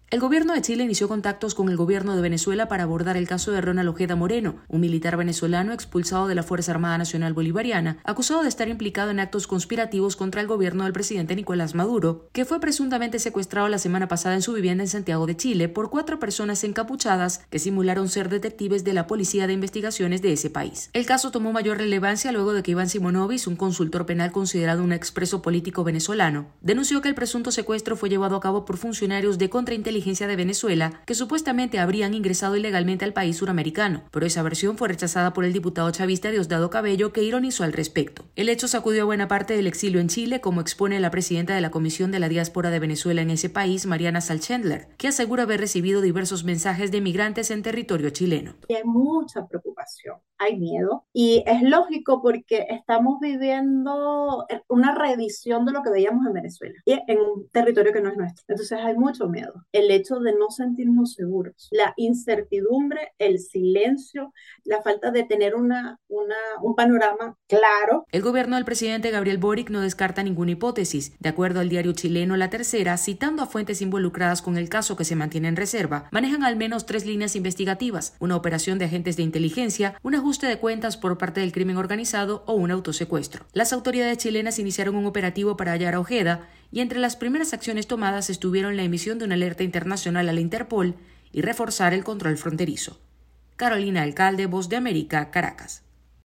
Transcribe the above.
El gobierno de Chile inició contactos con el gobierno de Venezuela para abordar el caso de Ronald Ojeda Moreno, un militar venezolano expulsado de la Fuerza Armada Nacional Bolivariana, acusado de estar implicado en actos conspirativos contra el gobierno del presidente Nicolás Maduro, que fue presuntamente secuestrado la semana pasada en su vivienda en Santiago de Chile por 4 personas encapuchadas que simularon ser detectives de la Policía de Investigaciones de ese país. El caso tomó mayor relevancia luego de que Iván Simonovic, un consultor penal considerado un expreso político venezolano, denunció que el presunto secuestro fue llevado a cabo por funcionarios de contrainteligencia de Venezuela que supuestamente habrían ingresado ilegalmente al país suramericano, pero esa versión fue rechazada por el diputado chavista Diosdado Cabello, que ironizó al respecto. El hecho sacudió a buena parte del exilio en Chile, como expone la presidenta de la Comisión de la Diáspora de Venezuela en ese país, Mariana Salchendler, que asegura haber recibido diversos mensajes de migrantes en territorio chileno. Hay mucha preocupación, hay miedo, y es lógico porque estamos viviendo una reedición de lo que veíamos en Venezuela y en un territorio que no es nuestro. Entonces hay mucho miedo. El hecho de no sentirnos seguros, la incertidumbre, el silencio, la falta de tener un panorama claro. El gobierno del presidente Gabriel Boric no descarta ninguna hipótesis. De acuerdo al diario chileno La Tercera, citando a fuentes involucradas con el caso que se mantiene en reserva, manejan al menos 3 líneas investigativas: una operación de agentes de inteligencia, un ajuste de cuentas por parte del crimen organizado o un autosecuestro. Las autoridades chilenas iniciaron un operativo para hallar a Ojeda, y entre las primeras acciones tomadas estuvieron la emisión de una alerta internacional a la Interpol y reforzar el control fronterizo. Carolina Alcalde, Voz de América, Caracas.